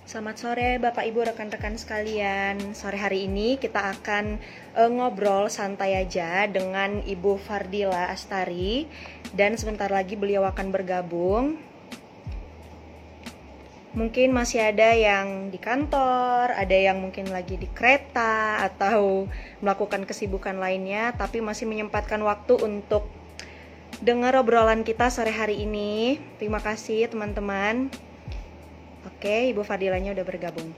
Selamat sore Bapak Ibu rekan-rekan sekalian. Sore hari ini kita akan ngobrol santai aja dengan Ibu Fardila Astari. Dan sebentar lagi beliau akan bergabung. Mungkin masih ada yang di kantor, ada yang mungkin lagi di kereta atau melakukan kesibukan lainnya, tapi masih menyempatkan waktu untuk dengar obrolan kita sore hari ini. Terima kasih teman-teman. Oke, Ibu Fardilanya udah bergabung.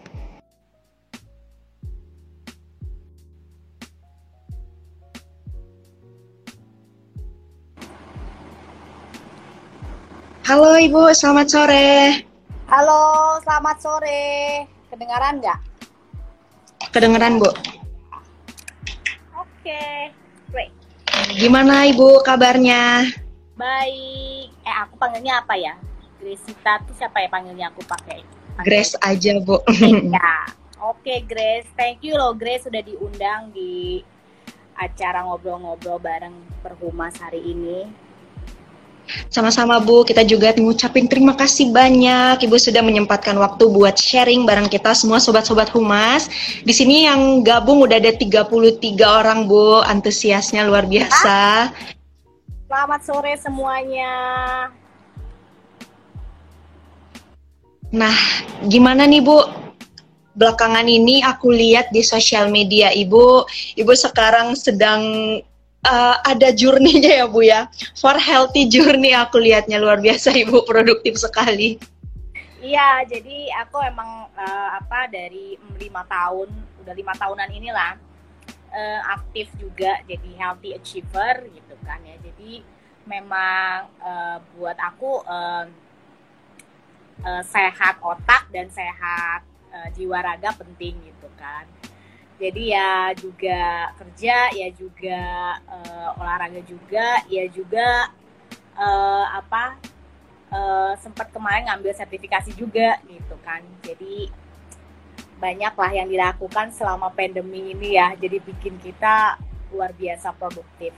Halo Ibu, selamat sore. Halo, selamat sore. Kedengaran nggak? Kedengeran, Bu. Oke, great. Gimana Ibu kabarnya? Baik. Aku panggilnya apa ya? Gresita tuh siapa ya panggilnya aku pakai? Grace aja, Bu. Ya. Oke, Grace. Thank you loh, Grace sudah diundang di acara ngobrol-ngobrol bareng Perhumas hari ini. Sama-sama Bu, kita juga ngucapin terima kasih banyak Ibu sudah menyempatkan waktu buat sharing bareng kita semua sobat-sobat Humas. Di sini yang gabung udah ada 33 orang Bu, antusiasnya luar biasa. Selamat sore semuanya. Nah, gimana nih Bu? Belakangan ini aku lihat di sosial media Ibu sekarang sedang ada journey-nya ya Bu ya. For healthy journey aku lihatnya luar biasa Ibu, produktif sekali. Iya, jadi aku emang dari 5 tahun, udah 5 tahunan inilah aktif juga jadi healthy achiever gitu kan ya. Jadi memang buat aku sehat otak dan sehat jiwa raga penting gitu kan. Jadi ya juga kerja, ya juga olahraga juga, ya juga sempat kemarin ngambil sertifikasi juga gitu kan. Jadi banyak lah yang dilakukan selama pandemi ini ya. Jadi bikin kita luar biasa produktif.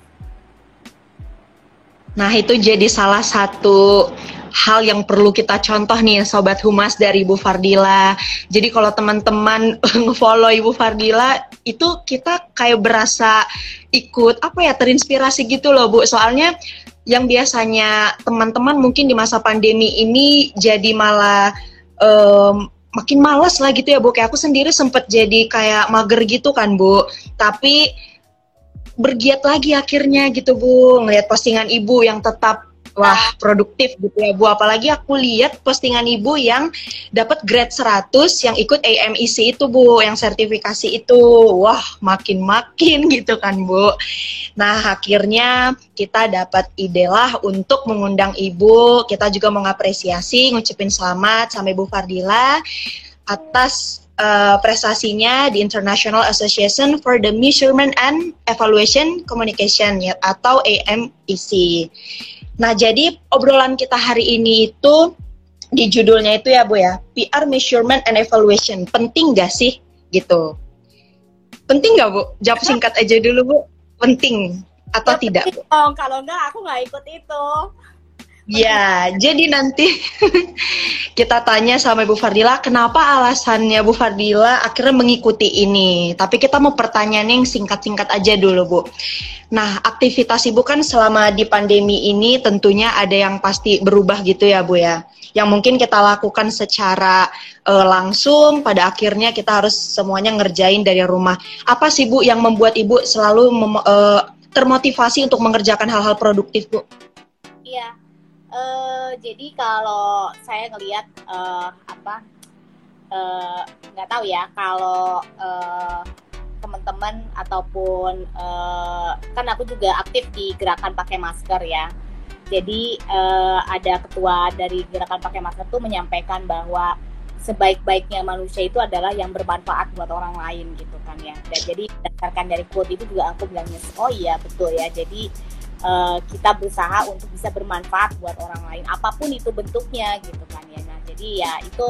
Nah, itu jadi salah satu hal yang perlu kita contoh nih Sobat Humas dari Ibu Fardila. Jadi kalau teman-teman nge-follow Ibu Fardila, itu kita kayak berasa ikut terinspirasi gitu loh Bu. Soalnya yang biasanya teman-teman mungkin di masa pandemi ini jadi malah makin malas lah gitu ya Bu. Kayak aku sendiri sempet jadi kayak mager gitu kan Bu. Tapi bergiat lagi akhirnya gitu Bu, ngelihat postingan Ibu yang tetap produktif gitu ya Bu. Apalagi aku lihat postingan Ibu yang dapat grade 100 yang ikut AMEC itu Bu, yang sertifikasi itu. Wah, makin gitu kan Bu. Nah, akhirnya kita dapat ide lah untuk mengundang Ibu. Kita juga mengapresiasi, ngucapin selamat sama Ibu Fardila atas prestasinya di International Association for the Measurement and Evaluation Communication ya, atau AMEC. Nah, jadi obrolan kita hari ini itu di judulnya itu ya Bu ya, PR Measurement and Evaluation. Penting gak sih gitu? Penting gak Bu? Jawab singkat aja dulu Bu. Penting atau ya, tidak Bu? Kalau enggak aku nggak ikut itu. Ya, jadi nanti kita tanya sama Ibu Fardila kenapa alasannya Bu Fardila akhirnya mengikuti ini. Tapi kita mau pertanyaan yang singkat-singkat aja dulu Bu. Nah, aktivitas Ibu kan selama di pandemi ini tentunya ada yang pasti berubah gitu ya Bu ya. Yang mungkin kita lakukan secara langsung, pada akhirnya kita harus semuanya ngerjain dari rumah. Apa sih Bu yang membuat Ibu selalu termotivasi untuk mengerjakan hal-hal produktif Bu? Iya. Jadi kalau saya ngelihat nggak tahu ya kalau teman-teman ataupun kan aku juga aktif di gerakan pakai masker ya. Jadi ada ketua dari gerakan pakai masker tuh menyampaikan bahwa sebaik-baiknya manusia itu adalah yang bermanfaat buat orang lain gitu kan ya. Dan jadi berdasarkan dari quote itu juga aku bilangnya oh iya betul ya. Jadi kita berusaha untuk bisa bermanfaat buat orang lain apapun itu bentuknya gitu kan ya. Nah, jadi ya itu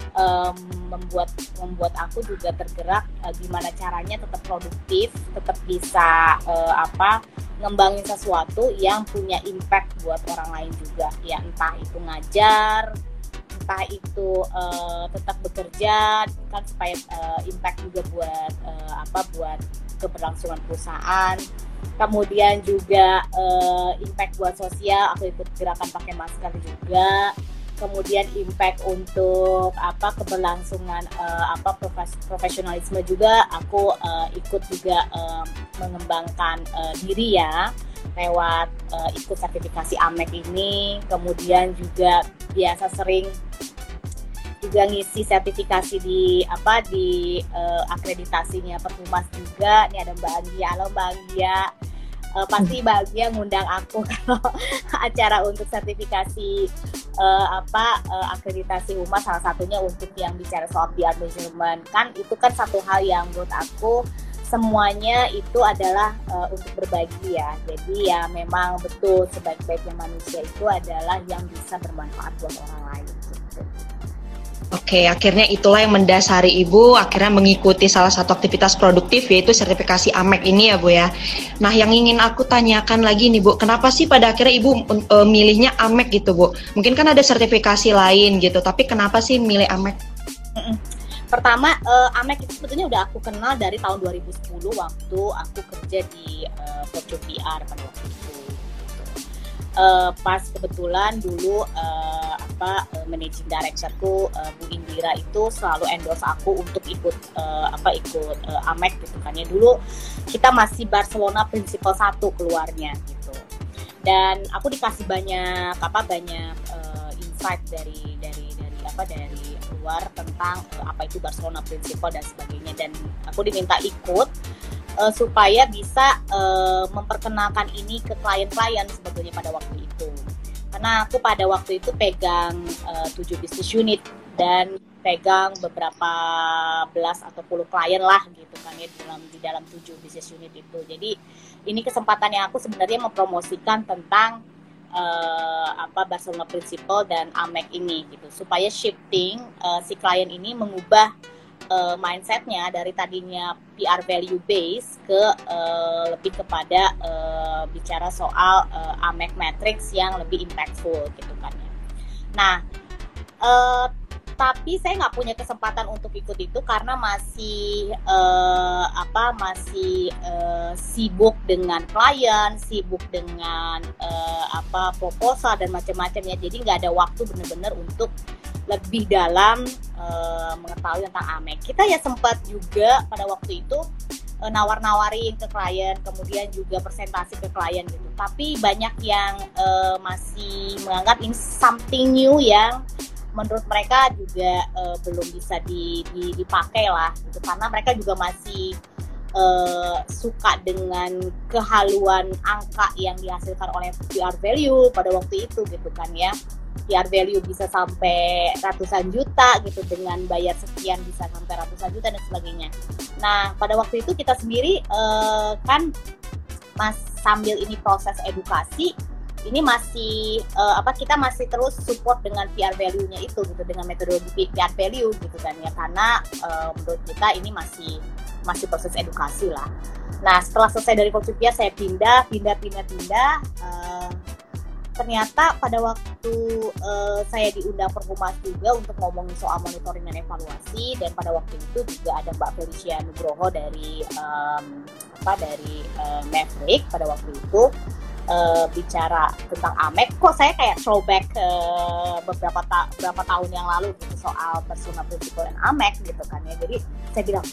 membuat aku juga tergerak gimana caranya tetap produktif, tetap bisa ngembangin sesuatu yang punya impact buat orang lain juga ya, entah itu ngajar, entah itu tetap bekerja kan supaya impact juga buat buat keberlangsungan perusahaan. Kemudian juga impact buat sosial, aku ikut gerakan pakai masker juga. Kemudian impact untuk keberlangsungan profesionalisme juga, aku ikut juga mengembangkan diri ya lewat ikut sertifikasi AMEC ini. Kemudian juga biasa sering juga ngisi sertifikasi di akreditasinya Perhumas juga. Ini ada Mbak Anggia. Halo Mbak Anggia. Pasti bahagia ngundang aku kalau acara untuk sertifikasi akreditasi humas, salah satunya untuk yang bicara soal PR measurement. Kan itu kan satu hal yang menurut aku semuanya itu adalah untuk berbagi ya. Jadi ya memang betul sebaik-baiknya manusia itu adalah yang bisa bermanfaat buat orang lain gitu. Oke, akhirnya itulah yang mendasari Ibu akhirnya mengikuti salah satu aktivitas produktif yaitu sertifikasi AMEC ini ya Bu ya. Nah yang ingin aku tanyakan lagi nih Bu, kenapa sih pada akhirnya Ibu milihnya AMEC gitu Bu? Mungkin kan ada sertifikasi lain gitu, tapi kenapa sih milih AMEC? Pertama, AMEC itu sebetulnya udah aku kenal dari tahun 2010 waktu aku kerja di Fortune PR pada waktu itu. Pas kebetulan dulu managing directorku Bu Indira itu selalu endorse aku untuk ikut AMEC gitu kan ya. Dulu kita masih Barcelona Principle 1 keluarnya gitu. Dan aku dikasih banyak insight dari luar tentang apa itu Barcelona Principle dan sebagainya, dan aku diminta ikut supaya bisa memperkenalkan ini ke klien-klien sebetulnya pada waktu itu. Karena aku pada waktu itu pegang 7 business unit dan pegang beberapa belas atau puluh klien lah gitu kan ya di dalam 7 business unit itu. Jadi ini kesempatan yang aku sebenarnya mempromosikan tentang Barcelona Principle dan AMEC ini gitu, supaya shifting si klien ini mengubah mindsetnya dari tadinya PR value base ke lebih kepada bicara soal AMEC matrix yang lebih impactful gitu kan ya. Nah tapi saya nggak punya kesempatan untuk ikut itu karena masih sibuk dengan klien, sibuk dengan proposal dan macam-macamnya. Jadi nggak ada waktu benar-benar untuk lebih dalam mengetahui tentang AMEC. Kita ya sempat juga pada waktu itu nawar-nawarin ke klien, kemudian juga presentasi ke klien gitu. Tapi banyak yang masih menganggap ini something new yang menurut mereka juga belum bisa dipakai lah gitu, karena mereka juga masih suka dengan kehaluan angka yang dihasilkan oleh PR value pada waktu itu gitu kan ya. PR value bisa sampai ratusan juta gitu, dengan bayar sekian bisa sampai ratusan juta dan sebagainya. Nah pada waktu itu kita sendiri kan sambil ini proses edukasi ini masih kita masih terus support dengan PR value-nya itu gitu, dengan metodologi PR value gitu kan ya, karena menurut kita ini masih proses edukasi lah. Nah setelah selesai dari Fortune PR saya pindah. Ternyata pada waktu saya diundang Perhumas juga untuk ngomongin soal monitoring dan evaluasi, dan pada waktu itu juga ada Mbak Felicia Nugroho dari Maverick pada waktu itu bicara tentang AMEC. Kok saya kayak throwback ke beberapa tahun yang lalu gitu soal Barcelona Principle dan AMEC gitu kan ya. Jadi saya bilang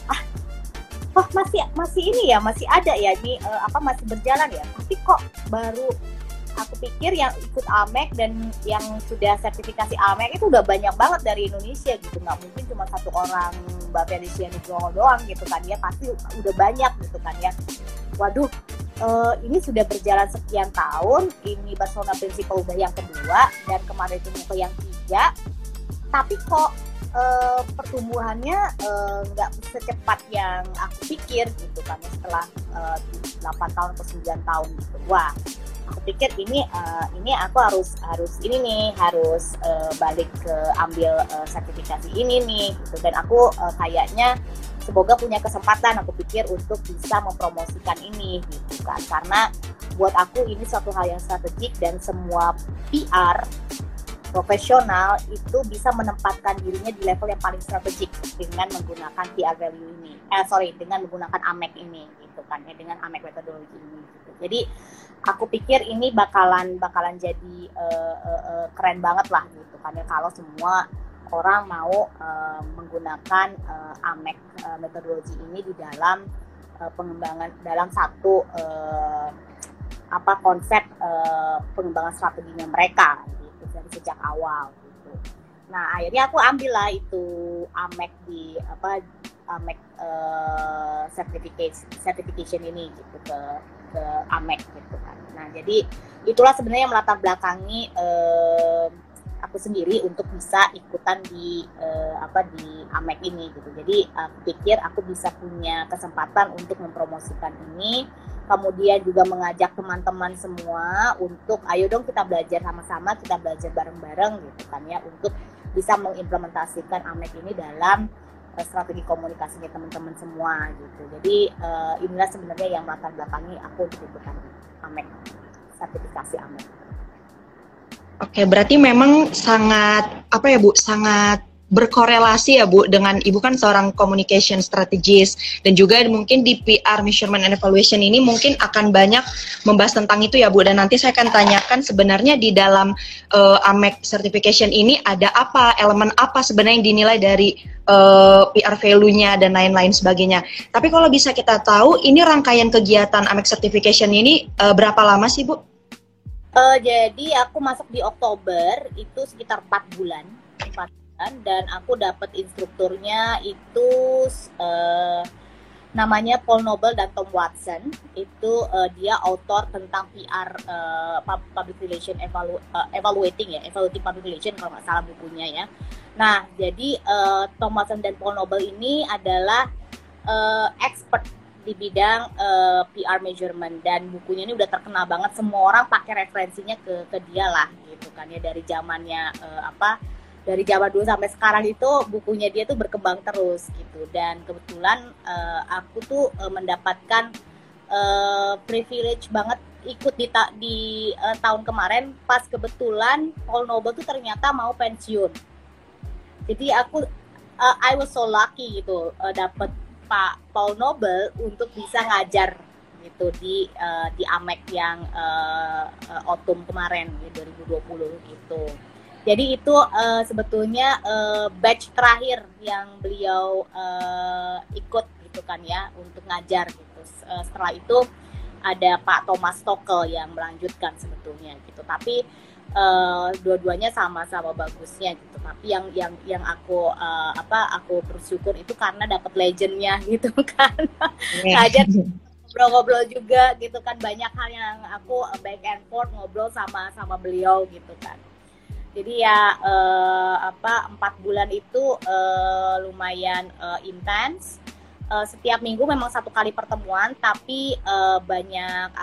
masih ini ya, masih ada ya ini masih berjalan ya. Tapi kok baru aku pikir yang ikut AMEC dan yang sudah sertifikasi AMEC itu udah banyak banget dari Indonesia gitu. Nggak mungkin cuma satu orang Mbak Felicia Nugroho doang gitu kan ya, pasti udah banyak gitu kan ya. Waduh, ini sudah berjalan sekian tahun, ini Barcelona Principle udah yang kedua, dan kemarin itu yang ketiga, tapi kok pertumbuhannya nggak secepat yang aku pikir gitu kan, setelah 8 tahun atau 9 tahun gitu. Wah, aku pikir ini aku harus balik ke ambil sertifikasi ini nih gitu. Dan aku kayaknya semoga punya kesempatan, aku pikir, untuk bisa mempromosikan ini gitu kan, karena buat aku ini suatu hal yang strategik dan semua PR profesional itu bisa menempatkan dirinya di level yang paling strategik dengan menggunakan PR value ini. Dengan menggunakan AMEC ini gitu kan ya, dengan AMEC metodologi ini gitu. Jadi aku pikir ini bakalan jadi keren banget lah gitu kan ya, kalau semua orang mau menggunakan AMEC metodologi ini di dalam pengembangan dalam satu konsep pengembangan strateginya mereka gitu, dari sejak awal gitu. Nah akhirnya aku ambil lah itu AMEC AMEC certification ini gitu ke AMEC gitu kan. Nah jadi itulah sebenarnya yang melatar belakangi aku sendiri untuk bisa ikutan di AMEC ini gitu. Jadi aku pikir aku bisa punya kesempatan untuk mempromosikan ini, kemudian juga mengajak teman-teman semua untuk ayo dong kita belajar sama-sama, kita belajar bareng-bareng gitu kan ya, untuk bisa mengimplementasikan AMEC ini dalam strategi komunikasinya teman-teman semua gitu. Jadi inilah sebenarnya yang melatar belakangi aku untuk ikutan AMEC, sertifikasi AMEC. Oke, berarti memang sangat sangat berkorelasi ya Bu, dengan Ibu kan seorang communication strategist, dan juga mungkin di PR Measurement and Evaluation ini mungkin akan banyak membahas tentang itu ya Bu. Dan nanti saya akan tanyakan sebenarnya di dalam AMEC certification ini ada apa, elemen apa sebenarnya yang dinilai dari PR value-nya dan lain-lain sebagainya. Tapi kalau bisa kita tahu, ini rangkaian kegiatan AMEC certification ini berapa lama sih Bu? Jadi aku masuk di Oktober, itu sekitar 4 bulan, dan aku dapat instrukturnya itu namanya Paul Noble dan Tom Watson. Itu dia author tentang PR public relation evaluating public relation kalau nggak salah bukunya ya. Nah jadi Tom Watson dan Paul Noble ini adalah expert di bidang PR measurement, dan bukunya ini udah terkenal banget, semua orang pakai referensinya ke dia lah gitu kan ya, dari zamannya dari zaman dulu sampai sekarang itu bukunya dia tuh berkembang terus gitu. Dan kebetulan aku tuh mendapatkan privilege banget ikut di tahun kemarin pas kebetulan Paul Noble tuh ternyata mau pensiun. Jadi aku I was so lucky gitu dapet Pak Paul Noble untuk bisa ngajar gitu di AMEC yang autumn kemarin ya, 2020 gitu. Jadi itu sebetulnya batch terakhir yang beliau ikut gitu kan ya, untuk ngajar gitu. Setelah itu ada Pak Thomas Stockel yang melanjutkan sebetulnya gitu. Tapi dua-duanya sama-sama bagusnya gitu. Tapi yang aku bersyukur itu karena dapat legendnya gitu kan. Ngajar ngobrol-ngobrol juga gitu kan, banyak hal yang aku back and forth ngobrol sama beliau gitu kan. Jadi ya 4 bulan itu lumayan intens. Setiap minggu memang 1 kali pertemuan, tapi banyak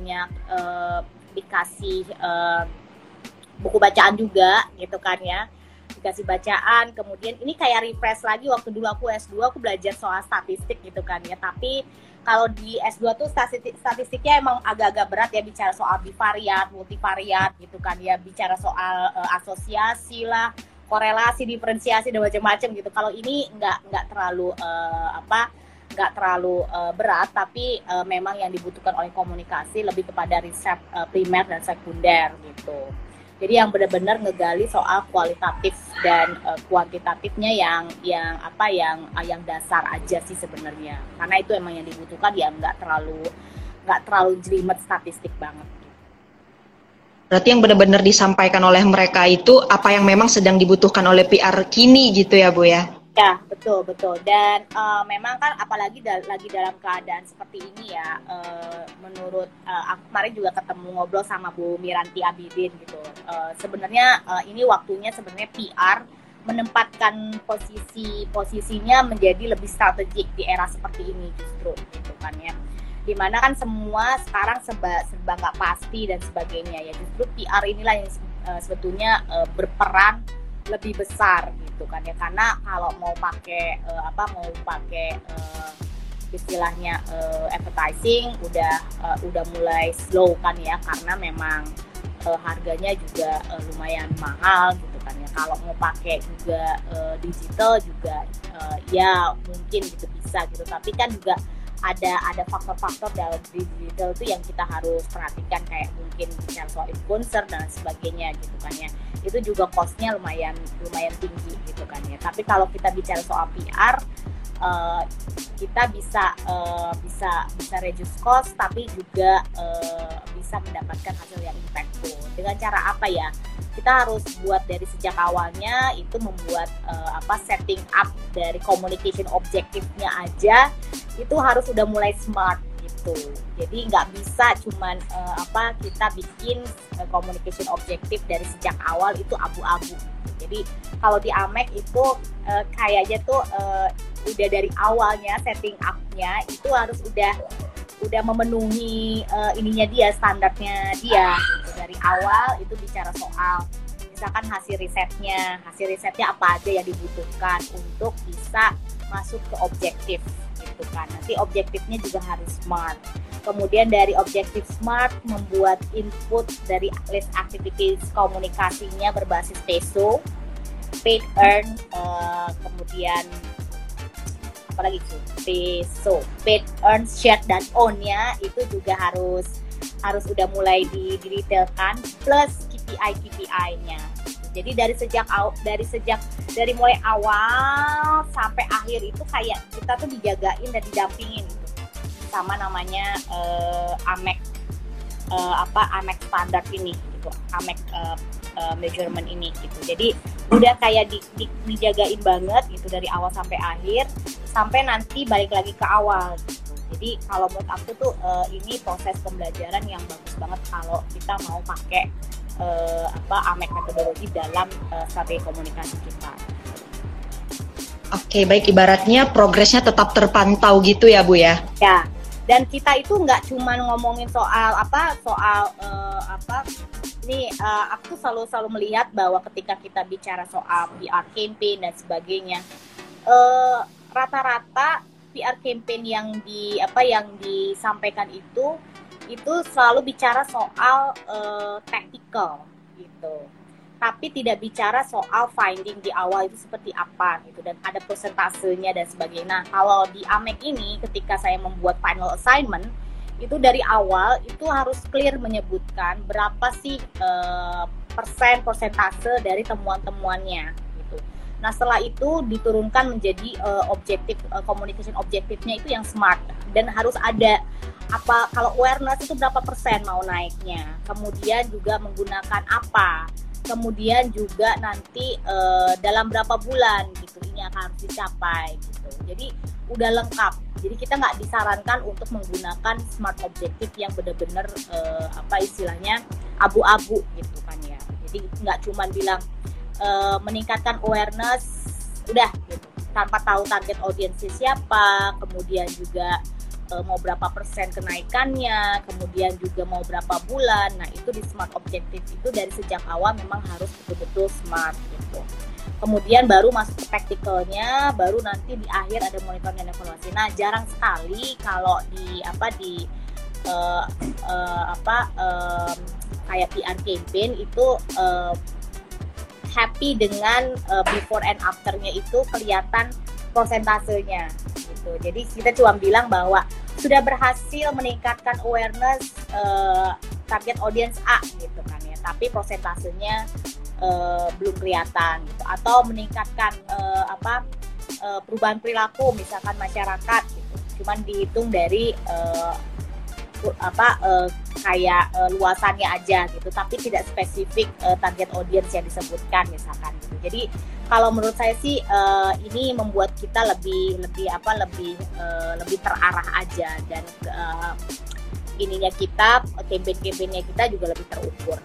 dikasih buku bacaan juga gitu kan ya, dikasih bacaan. Kemudian ini kayak refresh lagi, waktu dulu aku S2 aku belajar soal statistik gitu kan ya, tapi kalau di S2 tuh statistiknya emang agak-agak berat ya, bicara soal bivariat, multivariat gitu kan ya, bicara soal asosiasi lah, korelasi, diferensiasi dan macam-macam gitu. Kalau ini nggak terlalu berat, tapi memang yang dibutuhkan oleh komunikasi lebih kepada riset primer dan sekunder gitu. Jadi yang benar-benar ngegali soal kualitatif dan kuantitatifnya yang dasar aja sih sebenarnya. Karena itu emang yang dibutuhkan, ya nggak terlalu jelimet statistik banget. Berarti yang benar-benar disampaikan oleh mereka itu apa yang memang sedang dibutuhkan oleh PR kini gitu ya Bu ya? Ya, betul. Dan memang kan apalagi lagi dalam keadaan seperti ini ya, menurut aku kemarin juga ketemu ngobrol sama Bu Miranti Abidin gitu. Sebenarnya ini waktunya sebenarnya PR menempatkan posisinya menjadi lebih strategik di era seperti ini justru gitu kan ya. Dimana kan semua sekarang serba nggak pasti dan sebagainya ya, justru PR inilah yang sebetulnya berperan lebih besar gitu kan ya, karena kalau mau pakai istilahnya advertising udah mulai slow kan ya, karena memang harganya juga lumayan mahal gitu kan ya. Kalau mau pakai juga digital juga ya mungkin gitu bisa gitu, tapi kan juga ada faktor-faktor dalam digital itu yang kita harus perhatikan, kayak mungkin bicara soal influencer dan sebagainya gitu kan ya. Itu juga cost-nya lumayan tinggi gitu kan ya. Tapi kalau kita bicara soal PR, kita bisa reduce cost, tapi juga bisa mendapatkan hasil yang impactful. Dengan cara apa ya? Kita harus buat dari sejak awalnya itu membuat setting up dari communication objektifnya aja itu harus udah mulai smart gitu. Jadi nggak bisa cuman kita bikin communication objektif dari sejak awal itu abu-abu. Jadi kalau di Amek itu kayaknya tuh udah dari awalnya setting up-nya itu harus udah memenuhi ininya dia, standarnya dia gitu. Dari awal itu bicara soal misalkan hasil risetnya apa aja yang dibutuhkan untuk bisa masuk ke objektif gitu kan. Nanti objektifnya juga harus smart. Kemudian dari objektif smart membuat input dari list activities komunikasinya berbasis TESO, paid earn, kemudian apalagi sih TESO, paid earn, share dan own-nya itu juga harus udah mulai didetailkan, plus KPI-nya. Jadi dari mulai awal sampai akhir itu kayak kita tuh dijagain dan didampingin gitu. Sama namanya Amek Amek standar ini gitu, Amek measurement ini gitu. Jadi udah kayak dijagain banget gitu dari awal sampai akhir, sampai nanti balik lagi ke awal gitu. Jadi kalau menurut aku tuh ini proses pembelajaran yang bagus banget kalau kita mau pakai Amek metodologi dalam strategi komunikasi kita. Oke, baik, ibaratnya progresnya tetap terpantau gitu ya Bu ya? Ya, dan kita itu nggak cuma ngomongin soal ini aku selalu melihat bahwa ketika kita bicara soal PR campaign dan sebagainya, rata-rata PR campaign yang disampaikan itu selalu bicara soal tactical gitu, tapi tidak bicara soal finding di awal itu seperti apa gitu, dan ada persentasenya dan sebagainya. Nah, kalau di Amek ini ketika saya membuat final assignment itu dari awal itu harus clear menyebutkan berapa sih persentase dari temuan-temuannya gitu. Nah, setelah itu diturunkan menjadi objektif, communication objektifnya itu yang smart, dan harus ada kalau awareness itu berapa persen mau naiknya, kemudian juga menggunakan apa, kemudian juga nanti dalam berapa bulan gitu ini akan harus dicapai gitu. Jadi udah lengkap. Jadi kita nggak disarankan untuk menggunakan smart objektif yang benar-benar istilahnya abu-abu gitu kan ya. Jadi nggak cuma bilang meningkatkan awareness udah gitu tanpa tahu target audiensnya siapa, kemudian juga mau berapa persen kenaikannya, kemudian juga mau berapa bulan. Nah, itu di smart objektif itu dari sejak awal memang harus betul-betul smart gitu. Kemudian baru masuk ke tacticalnya, baru nanti di akhir ada monitoring dan evaluasi. Nah, jarang sekali kalau kayak PR campaign itu happy dengan before and after-nya itu kelihatan persentasenya gitu. Jadi kita cuma bilang bahwa sudah berhasil meningkatkan awareness target audience A gitu kan ya, tapi persentasenya belum kelihatan gitu. Atau meningkatkan perubahan perilaku misalkan masyarakat gitu, cuman dihitung dari luasannya aja gitu, tapi tidak spesifik target audience yang disebutkan misalkan gitu. Jadi kalau menurut saya sih ini membuat kita lebih terarah aja, dan ininya kita campaign-campaignnya kita juga lebih terukur.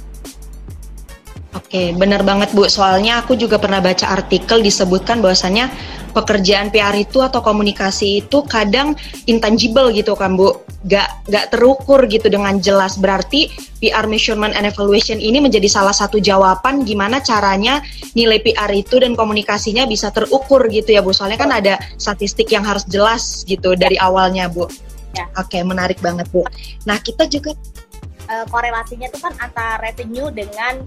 Oke, benar banget Bu. Soalnya aku juga pernah baca artikel disebutkan bahwasannya pekerjaan PR itu atau komunikasi itu kadang intangible gitu kan Bu. Gak terukur gitu dengan jelas. Berarti PR measurement and evaluation ini menjadi salah satu jawaban gimana caranya nilai PR itu dan komunikasinya bisa terukur gitu ya Bu. Soalnya kan ada statistik yang harus jelas gitu dari awalnya Bu. Ya. Oke, menarik banget Bu. Nah, kita juga korelasinya tuh kan antara revenue dengan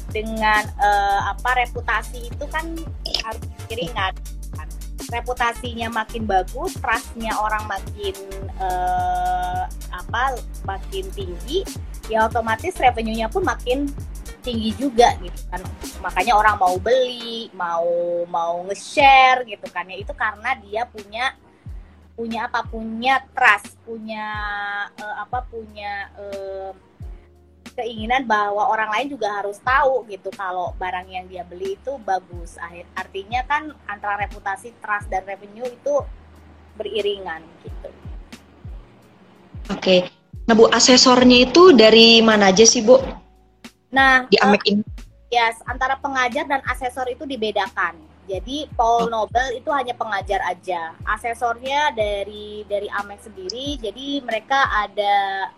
reputasi itu kan harus diiringan. Reputasinya makin bagus, trustnya orang makin makin tinggi, ya otomatis revenue-nya pun makin tinggi juga gitu kan. Makanya orang mau beli, mau nge-share gitu kan ya. Itu karena dia punya trust, punya keinginan bahwa orang lain juga harus tahu gitu kalau barang yang dia beli itu bagus. Artinya kan antara reputasi, trust, dan revenue itu beriringan gitu. Oke. Nah Bu, asesornya itu dari mana aja sih Bu? Nah, di Amek ini? Yes, antara pengajar dan asesor itu dibedakan. Jadi Paul Nobel itu hanya pengajar aja. Asesornya dari Amek sendiri. Jadi mereka ada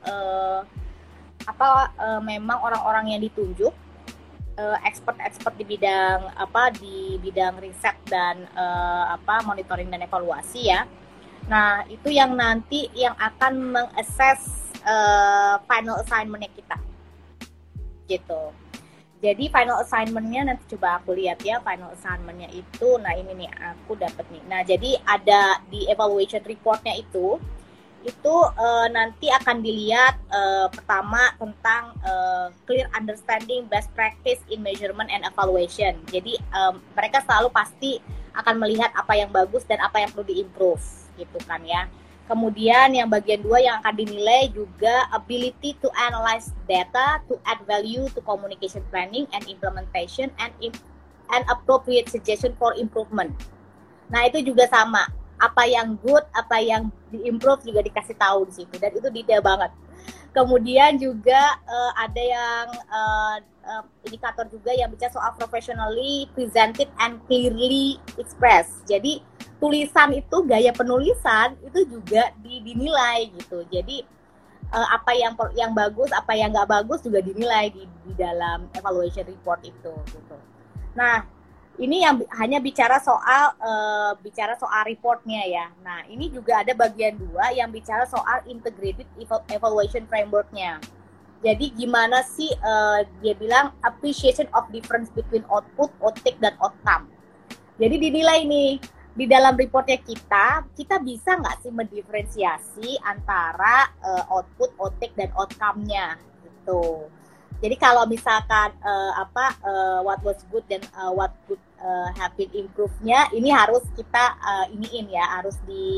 memang orang-orang yang ditunjuk, expert di bidang riset dan monitoring dan evaluasi ya. Nah, itu yang nanti yang akan meng-assess final assignment-nya kita. Gitu. Jadi final assignment-nya nanti coba aku lihat ya, final assignment-nya itu, nah ini nih aku dapat nih. Nah, jadi ada di evaluation report-nya itu nanti akan dilihat pertama tentang clear understanding best practice in measurement and evaluation. Jadi mereka selalu pasti akan melihat apa yang bagus dan apa yang perlu diimprove gitu kan ya. Kemudian yang bagian 2 yang akan dinilai juga ability to analyze data to add value to communication planning and implementation and appropriate suggestion for improvement. Nah, itu juga sama. Apa yang good, apa yang di-improve juga dikasih tahu di situ, dan itu detail banget. Kemudian juga ada yang indikator juga yang bicara soal professionally presented and clearly expressed. Jadi tulisan itu, gaya penulisan itu juga dinilai gitu. Jadi apa yang bagus, apa yang nggak bagus juga dinilai di dalam evaluation report itu gitu. Nah, ini yang hanya bicara soal reportnya ya. Nah, ini juga ada bagian 2 yang bicara soal integrated evaluation framework-nya. Jadi gimana sih dia bilang appreciation of difference between output, outtake, dan outcome. Jadi dinilai nih di dalam reportnya kita bisa nggak sih mendiferensiasi antara output, outtake, dan outcome-nya gitu. Jadi kalau misalkan what was good dan what could have been improved-nya, ini harus kita harus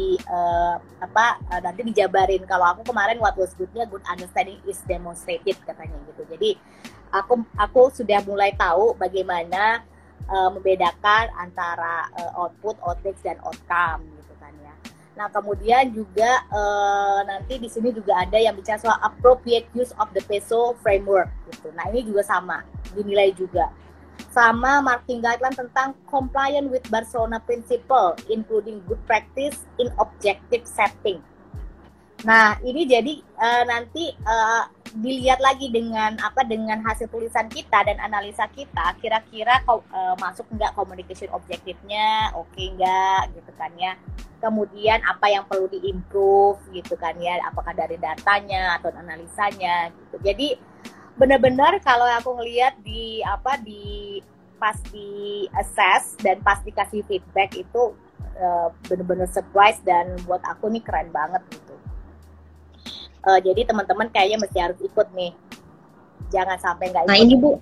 nanti dijabarin. Kalau aku kemarin what was good-nya, good understanding is demonstrated katanya gitu. Jadi aku sudah mulai tahu bagaimana membedakan antara output, outtake, dan outcome gitu kan ya. Nah, kemudian juga nanti di sini juga ada yang bicara soal appropriate use of the PESO framework gitu. Nah, ini juga sama, dinilai juga. Sama marking guideline tentang compliant with Barcelona Principle, including good practice in objective setting. Nah, ini jadi nanti dilihat lagi dengan hasil tulisan kita dan analisa kita, kira-kira masuk nggak communication objektifnya, oke nggak gitu kan ya. Kemudian apa yang perlu diimprove gitu kan ya, apakah dari datanya atau analisanya gitu. Jadi benar-benar kalau aku ngelihat pas di assess dan pas dikasih feedback itu benar-benar surprise, dan buat aku nih keren banget gitu. Jadi teman-teman kayaknya mesti harus ikut nih, jangan sampai nggak ikut. Nah ini Bu,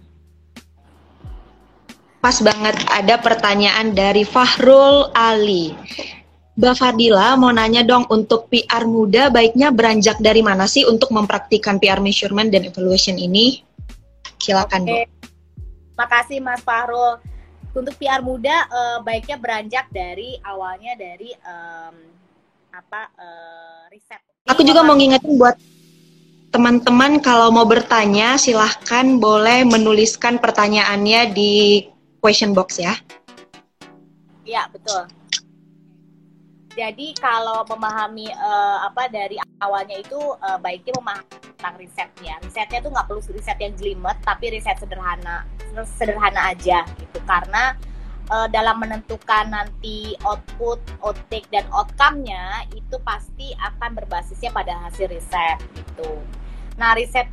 pas banget ada pertanyaan dari Fahrul Ali. Mbak Fardila mau nanya dong, untuk PR muda baiknya beranjak dari mana sih untuk mempraktikkan PR measurement dan evaluation ini? Silakan Bu. Makasih Mas Fahrul. Untuk PR muda baiknya beranjak dari awalnya dari riset. Aku juga mau ngingetin buat teman-teman kalau mau bertanya silahkan boleh menuliskan pertanyaannya di question box ya. Iya, betul. Jadi kalau memahami dari awalnya itu baiknya memahami tentang risetnya. Risetnya tuh nggak perlu riset yang jelimet, tapi riset sederhana aja gitu. Karena dalam menentukan nanti output, outtake, dan outcome-nya itu pasti akan berbasisnya pada hasil riset gitu. Nah, riset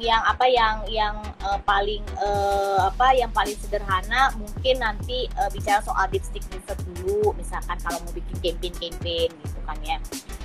yang paling sederhana mungkin nanti bicara soal dipstick research dulu, misalkan kalau mau bikin campaign gitu kan ya.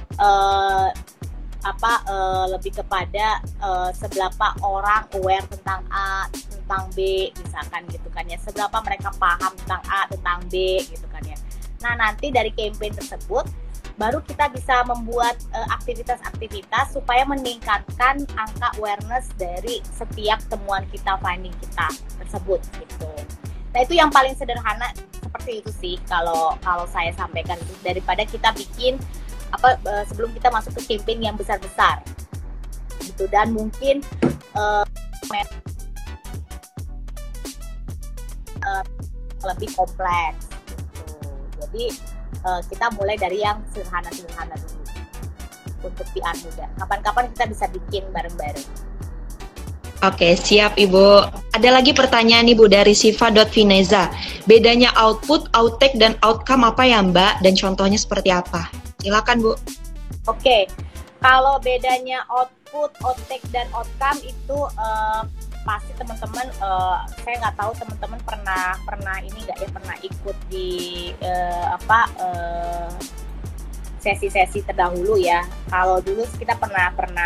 Lebih kepada seberapa orang aware tentang A, tentang B, misalkan gitu kan ya. Seberapa mereka paham tentang A, tentang B gitu kan ya. Nah, nanti dari campaign tersebut baru kita bisa membuat aktivitas-aktivitas supaya meningkatkan angka awareness dari setiap temuan kita, finding kita tersebut gitu. Nah, itu yang paling sederhana seperti itu sih kalau saya sampaikan, daripada kita bikin sebelum kita masuk ke campaign yang besar-besar gitu, dan mungkin lebih kompleks gitu. Jadi kita mulai dari yang sederhana dulu untuk PR muda. Kapan-kapan kita bisa bikin bareng-bareng. Oke, siap Ibu. Ada lagi pertanyaan Ibu dari Siva.Vineza. Bedanya output, outtake, dan outcome apa ya Mbak? Dan contohnya seperti apa? Silakan Bu. Oke, kalau bedanya output, outtake, dan outcome itu pasti teman-teman, saya nggak tahu teman-teman pernah ini nggak ya, pernah ikut di sesi-sesi terdahulu ya. Kalau dulu kita pernah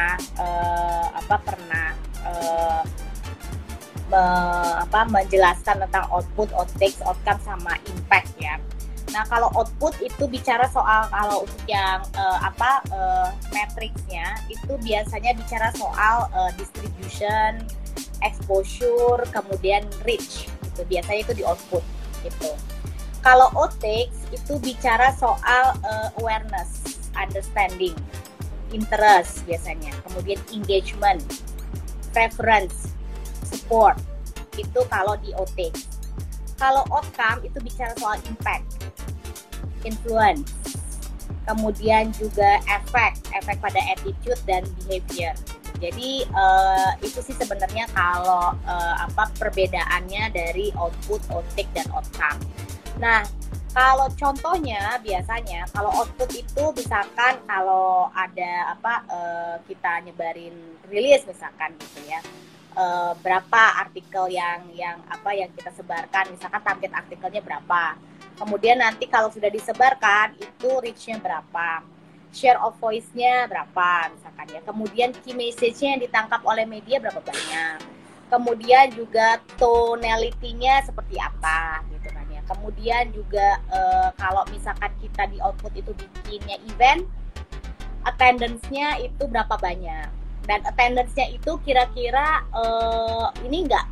menjelaskan tentang output, outtake, outcome sama impact ya. Nah, kalau output itu bicara soal, kalau untuk yang matriksnya itu biasanya bicara soal distribution, exposure, kemudian reach gitu. Biasanya itu di output gitu. Kalau outtakes itu bicara soal awareness, understanding, interest biasanya, kemudian engagement, preference, support. Itu kalau di outtakes. Kalau outcome itu bicara soal impact, influence, kemudian juga efek pada attitude dan behavior. Jadi itu sih sebenarnya kalau perbedaannya dari output, outtake, dan outcome. Nah, kalau contohnya biasanya kalau output itu misalkan kalau ada kita nyebarin rilis misalkan gitu ya. Berapa artikel yang kita sebarkan, misalkan target artikelnya berapa. Kemudian nanti kalau sudah disebarkan itu reach-nya berapa, share of voice-nya berapa misalkan ya. Kemudian key message-nya yang ditangkap oleh media berapa banyak. Kemudian juga tonality-nya seperti apa gitu kan ya. Kemudian juga kalau misalkan kita di output itu bikinnya event, attendance-nya itu berapa banyak. Dan attendance-nya itu kira-kira ini enggak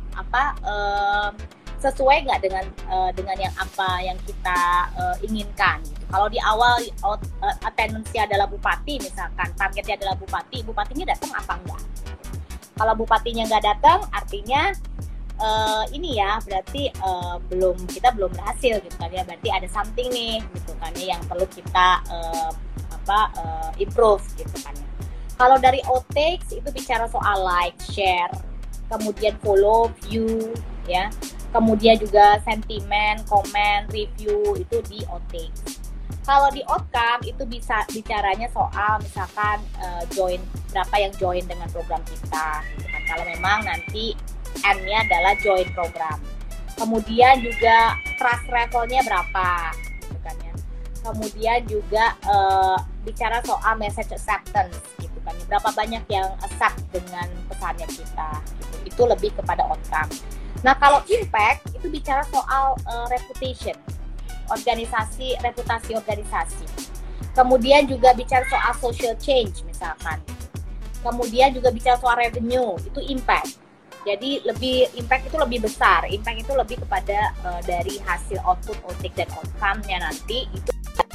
sesuai nggak dengan yang yang kita inginkan gitu. Kalau di awal attendance-nya adalah bupati misalkan, targetnya adalah bupatinya datang apa enggak? Kalau bupatinya nggak datang, artinya ini ya berarti kita belum berhasil gitu kan ya, berarti ada something nih gitu kan ya yang perlu kita improve gitu kan ya. Kalau dari outtakes itu bicara soal like, share, kemudian follow, view ya. Kemudian juga sentimen, komen, review itu di outtakes. Kalau di outcome itu bisa bicaranya soal misalkan join, berapa yang join dengan program kita gitu kan. Kalau memang nanti N-nya adalah join program. Kemudian juga trust levelnya berapa gitu kan ya. Kemudian juga bicara soal message acceptance gitu kan. Berapa banyak yang accept dengan pesannya kita gitu. Itu lebih kepada outcome. Nah, kalau impact itu bicara soal reputation, reputasi organisasi. Kemudian juga bicara soal social change misalkan. Kemudian juga bicara soal revenue, itu impact. Jadi impact itu lebih besar. Impact itu lebih kepada dari hasil output, outtake, dan outcome-nya nanti itu.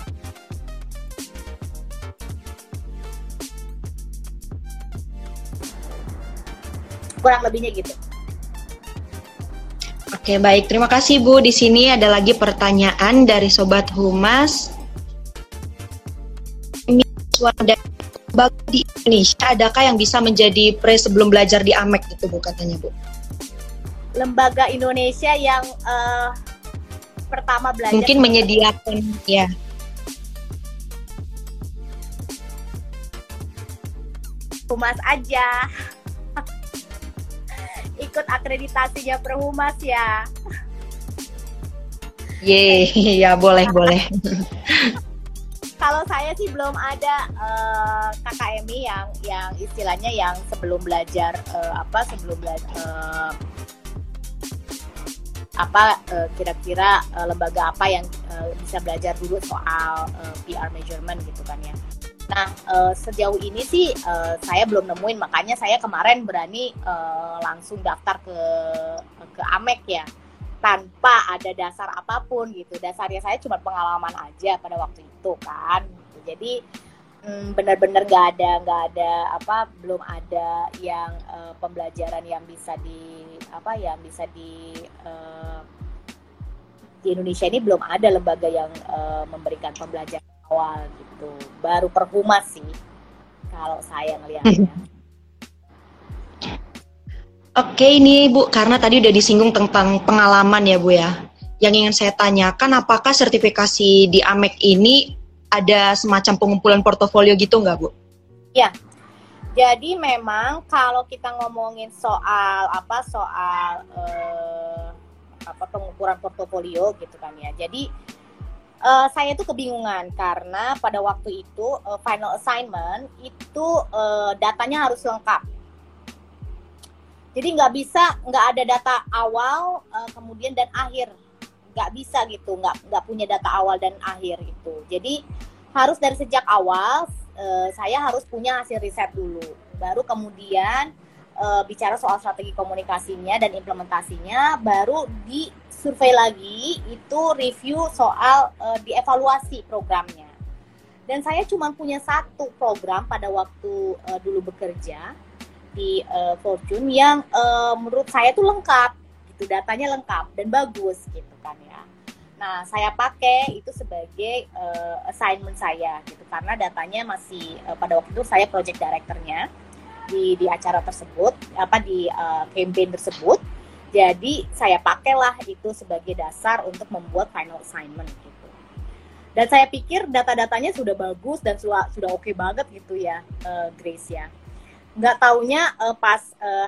Kurang lebihnya gitu. Oke, baik. Terima kasih Bu. Di sini ada lagi pertanyaan dari Sobat Humas. Di Indonesia, adakah yang bisa menjadi pre sebelum belajar di AMEK itu Bu katanya Bu? Lembaga Indonesia yang pertama belajar. Mungkin menyediakan ya. Humas aja. ikut akreditasinya Perhumas ya. Yeay, ya boleh. Kalau saya sih belum ada KKMI yang istilahnya yang sebelum belajar kira-kira lembaga apa yang bisa belajar dulu soal PR measurement gitu kan ya. Nah, sejauh ini sih saya belum nemuin, makanya saya kemarin berani langsung daftar ke AMEC ya, tanpa ada dasar apapun gitu. Dasarnya saya cuma pengalaman aja pada waktu itu kan. Jadi benar-benar belum ada yang pembelajaran yang bisa di Indonesia ini belum ada lembaga yang memberikan pembelajaran awal gitu. Baru Perhumas sih kalau saya ngelihatnya. Oke, ini Bu, karena tadi udah disinggung tentang pengalaman ya Bu ya. Yang ingin saya tanyakan, apakah sertifikasi di AMEC ini ada semacam pengumpulan portofolio gitu nggak Bu? Ya, jadi memang kalau kita ngomongin soal pengukuran portofolio gitu kan ya. Jadi saya tuh kebingungan karena pada waktu itu final assignment itu datanya harus lengkap. Jadi nggak ada data awal kemudian dan akhir, nggak bisa gitu, nggak punya data awal dan akhir itu. Jadi harus dari sejak awal saya harus punya hasil riset dulu, baru kemudian bicara soal strategi komunikasinya dan implementasinya, baru di survei lagi, itu review soal dievaluasi programnya. Dan saya cuma punya satu program pada waktu dulu bekerja di Fortune yang menurut saya tuh lengkap, gitu, datanya lengkap dan bagus gitu kan ya. Nah, saya pakai itu sebagai assignment saya gitu, karena datanya masih pada waktu itu saya project director-nya di acara tersebut, di campaign tersebut. Jadi saya pakailah itu sebagai dasar untuk membuat final assignment gitu. Dan saya pikir data-datanya sudah bagus dan sudah oke banget gitu ya, Grace ya. Nggak taunya pas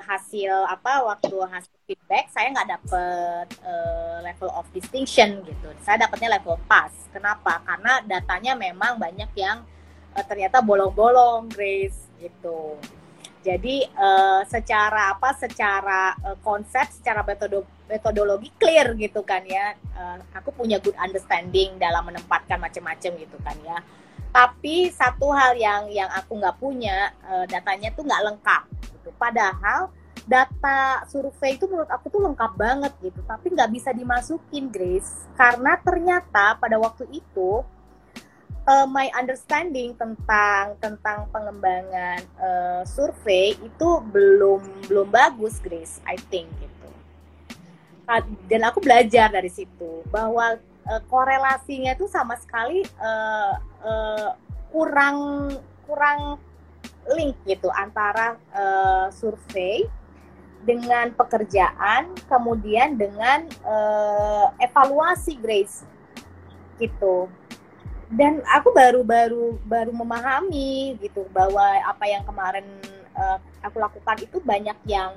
waktu hasil feedback saya nggak dapet level of distinction gitu. Saya dapetnya level pass. Kenapa? Karena datanya memang banyak yang ternyata bolong-bolong, Grace gitu. Jadi secara konsep, secara metodologi clear gitu kan ya. Aku punya good understanding dalam menempatkan macam-macam gitu kan ya. Tapi satu hal yang aku nggak punya, datanya tuh nggak lengkap gitu. Padahal data survei itu menurut aku tuh lengkap banget gitu, tapi nggak bisa dimasukin, Grace, karena ternyata pada waktu itu my understanding tentang pengembangan survei itu belum bagus, Grace, I think gitu. Dan aku belajar dari situ bahwa korelasinya itu sama sekali kurang link gitu antara survei dengan pekerjaan, kemudian dengan evaluasi, Grace gitu. Dan aku baru memahami gitu bahwa apa yang kemarin aku lakukan itu banyak yang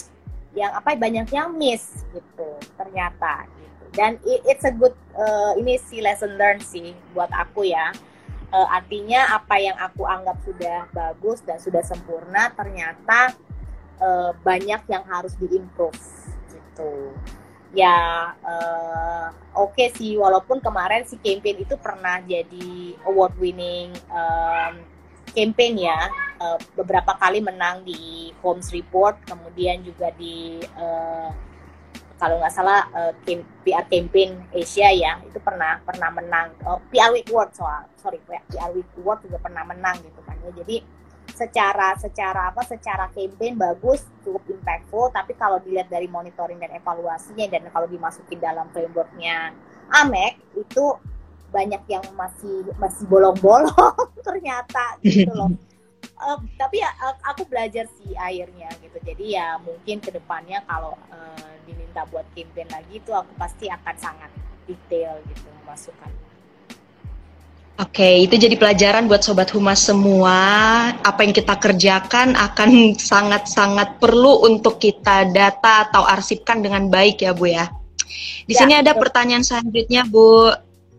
miss gitu ternyata gitu. Dan it's a good ini sih lesson learned sih buat aku ya. Artinya apa yang aku anggap sudah bagus dan sudah sempurna ternyata banyak yang harus diimprove gitu. Ya oke sih, walaupun kemarin si campaign itu pernah jadi award winning campaign ya, beberapa kali menang di Holmes Report, kemudian juga di kalau nggak salah PR campaign Asia ya, itu pernah menang. PR Week Award PR Week Award juga pernah menang gitu kan ya. Jadi secara campaign bagus, cukup impactful, tapi kalau dilihat dari monitoring dan evaluasinya dan kalau dimasukin dalam frameworknya AMEC itu banyak yang masih bolong-bolong ternyata gitu loh. Tapi ya aku belajar sih akhirnya gitu. Jadi ya mungkin kedepannya kalau diminta buat campaign lagi itu aku pasti akan sangat detail gitu masukkan. Oke, itu jadi pelajaran buat Sobat Humas semua. Apa yang kita kerjakan akan sangat-sangat perlu untuk kita data atau arsipkan dengan baik ya Bu ya. Di sini ada pertanyaan selanjutnya Bu.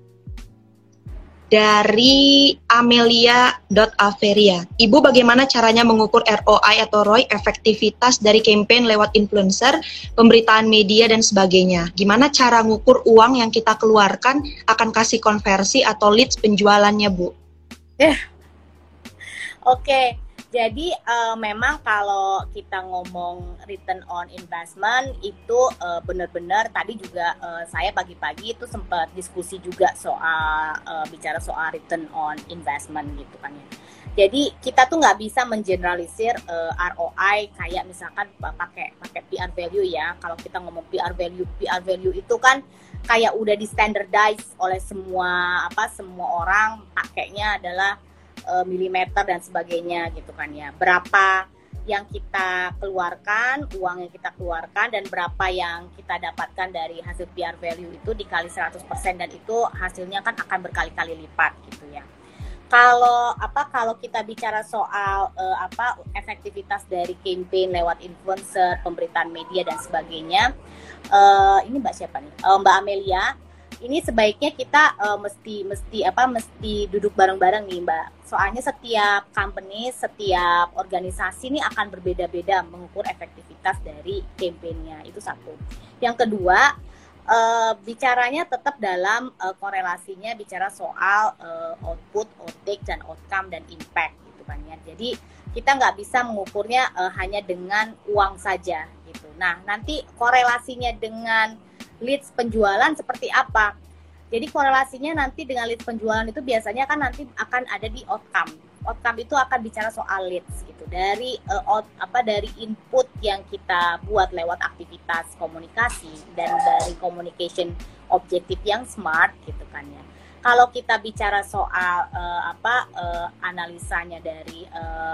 Dari Amelia.Averia. Ibu, bagaimana caranya mengukur ROI atau ROI, efektivitas dari campaign lewat influencer, pemberitaan media, dan sebagainya? Gimana cara ngukur uang yang kita keluarkan akan kasih konversi atau leads penjualannya, Bu? Oke. Jadi memang kalau kita ngomong return on investment itu benar-benar tadi juga saya pagi-pagi itu sempat diskusi juga soal bicara soal return on investment gitu kan ya. Jadi kita tuh nggak bisa mengeneralisir ROI kayak misalkan pakai PR value ya. Kalau kita ngomong PR value itu kan kayak udah di standardize oleh semua orang pakainya adalah milimeter dan sebagainya gitu kan ya. Berapa yang kita keluarkan, uang yang kita keluarkan, dan berapa yang kita dapatkan dari hasil PR value itu dikali 100% dan itu hasilnya kan akan berkali-kali lipat gitu ya. Kalau kita bicara soal efektivitas dari campaign lewat influencer, pemberitaan media dan sebagainya, ini Mbak siapa nih? Mbak Amelia. Ini sebaiknya kita mesti duduk bareng-bareng nih Mbak. Soalnya setiap company, setiap organisasi ini akan berbeda-beda mengukur efektivitas dari campaign-nya. Itu satu. Yang kedua, bicaranya tetap dalam korelasinya bicara soal output, outtake, dan outcome dan impact gitu kan ya. Jadi kita nggak bisa mengukurnya hanya dengan uang saja gitu. Nah nanti korelasinya dengan leads penjualan seperti apa? Jadi korelasinya nanti dengan leads penjualan itu biasanya kan nanti akan ada di outcome. Outcome itu akan bicara soal leads gitu. Dari dari input yang kita buat lewat aktivitas komunikasi dan dari communication objektif yang smart gitu kan ya. Kalau kita bicara soal analisanya dari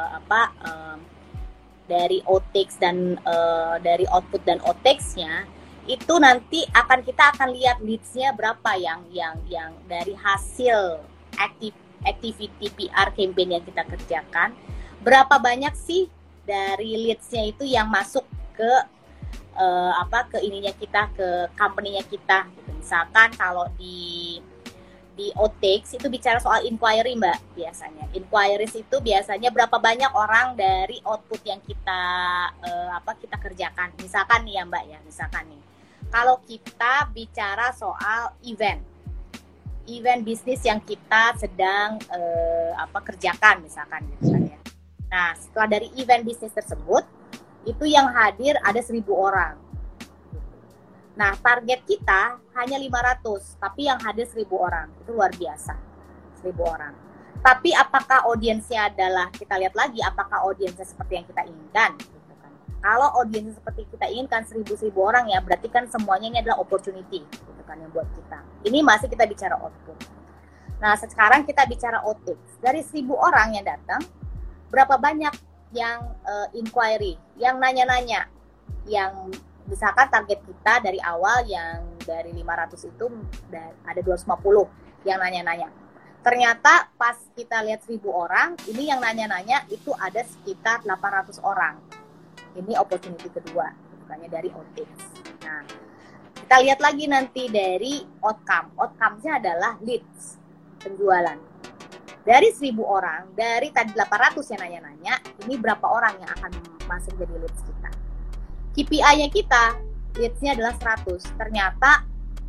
dari outtakes dan dari output dan outtakes-nya itu nanti kita akan lihat leads-nya berapa yang dari hasil activity PR campaign yang kita kerjakan, berapa banyak sih dari leads-nya itu yang masuk ke ke ininya kita, ke company-nya kita gitu. Misalkan kalau di outtakes itu bicara soal inquiry Mbak biasanya. Inquiries itu biasanya berapa banyak orang dari output yang kita kita kerjakan. Misalkan nih ya Mbak ya, misalkan nih. Kalau kita bicara soal event bisnis yang kita sedang kerjakan misalkan gitu kan ya. Nah, setelah dari event bisnis tersebut, itu yang hadir ada 1.000 orang. Nah, target kita hanya 500, tapi yang hadir 1.000 orang. Itu luar biasa, 1.000 orang. Tapi apakah audiensnya adalah, kita lihat lagi, apakah audiensnya seperti yang kita inginkan? Kalau audiensnya seperti kita inginkan 1.000 orang ya, berarti kan semuanya ini adalah opportunity gitu kan yang buat kita. Ini masih kita bicara output. Nah, sekarang kita bicara outtakes. Dari 1.000 orang yang datang, berapa banyak yang inquiry, yang nanya-nanya, yang misalkan target kita dari awal yang dari 500 itu ada 250 yang nanya-nanya. Ternyata pas kita lihat 1.000 orang, ini yang nanya-nanya itu ada sekitar 800 orang. Ini opportunity kedua, bukannya dari outtakes. Nah, kita lihat lagi nanti dari outcome. Outcome-nya adalah leads, penjualan. Dari 1.000 orang, dari tadi 800 yang nanya-nanya, ini berapa orang yang akan masuk jadi leads kita. KPI-nya kita, leads-nya adalah 100. Ternyata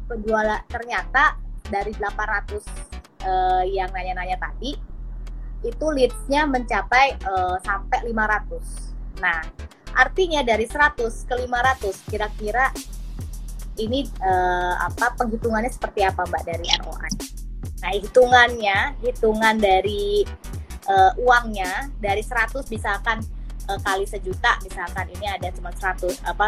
dari 800 yang nanya-nanya tadi, itu leads-nya mencapai sampai 500. Nah, artinya dari 100 ke 500 kira-kira ini penghitungannya seperti apa Mbak dari ROI? Nah, hitungan dari uangnya dari 100 misalkan kali 1 juta, misalkan ini ada cuma 100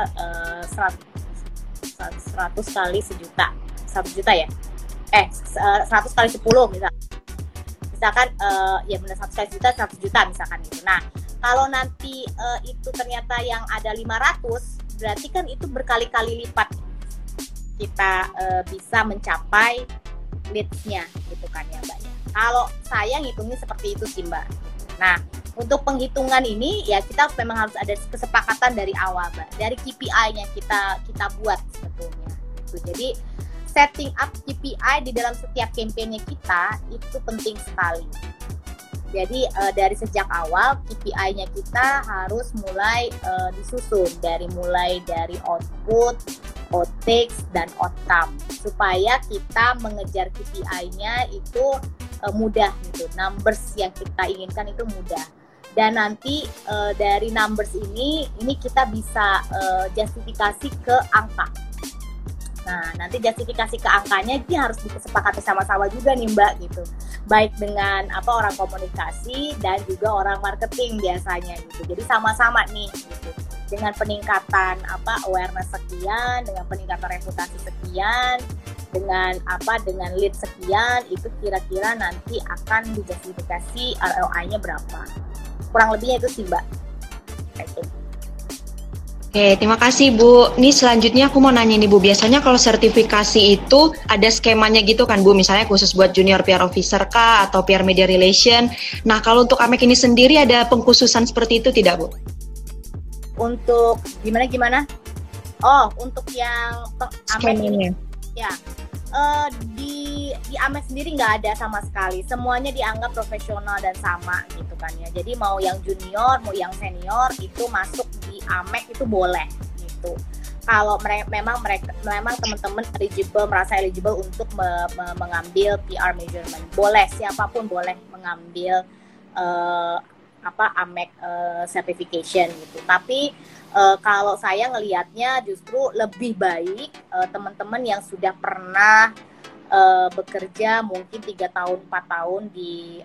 kali 1 juta. 1 juta ya? 100 kali 10 misalkan ya benar 100 kali 1 juta 100 juta misalkan gitu. Nah, kalau nanti itu ternyata yang ada 500, berarti kan itu berkali-kali lipat kita bisa mencapai leads-nya gitu kan ya Mbak. Kalau saya ngitungnya seperti itu sih Mbak. Nah, untuk penghitungan ini ya kita memang harus ada kesepakatan dari awal Mbak. Dari KPI-nya kita buat sebetulnya. Gitu. Jadi setting up KPI di dalam setiap campaign-nya kita itu penting sekali. Jadi dari sejak awal KPI-nya kita harus mulai disusun mulai dari output, outtakes, dan outcome supaya kita mengejar KPI-nya itu mudah gitu. Numbers yang kita inginkan itu mudah. Dan nanti dari numbers ini kita bisa justifikasi ke angka. Nah, nanti justifikasi ke angkanya ini harus disepakati sama-sama juga nih Mbak gitu. Baik dengan orang komunikasi dan juga orang marketing biasanya gitu. Jadi sama-sama nih gitu. Dengan peningkatan awareness sekian, dengan peningkatan reputasi sekian, dengan lead sekian, itu kira-kira nanti akan dijustifikasi ROI-nya berapa. Kurang lebihnya itu sih Mbak. Oke, terima kasih Bu. Nih selanjutnya aku mau nanya nih Bu, biasanya kalau sertifikasi itu ada skemanya gitu kan Bu, misalnya khusus buat junior PR officer kah atau PR media relation. Nah kalau untuk AMEC ini sendiri ada pengkhususan seperti itu tidak Bu? Untuk gimana? Oh, untuk yang AMEC ini ya. Di AMEC sendiri nggak ada sama sekali, semuanya dianggap profesional dan sama gitu kan ya. Jadi mau yang junior, mau yang senior itu masuk di AMEC itu boleh gitu. Kalau memang teman-teman merasa eligible untuk mengambil PR measurement, boleh, siapapun boleh mengambil AMEC certification gitu. Tapi kalau saya ngelihatnya justru lebih baik teman-teman yang sudah pernah bekerja mungkin 3 tahun 4 tahun di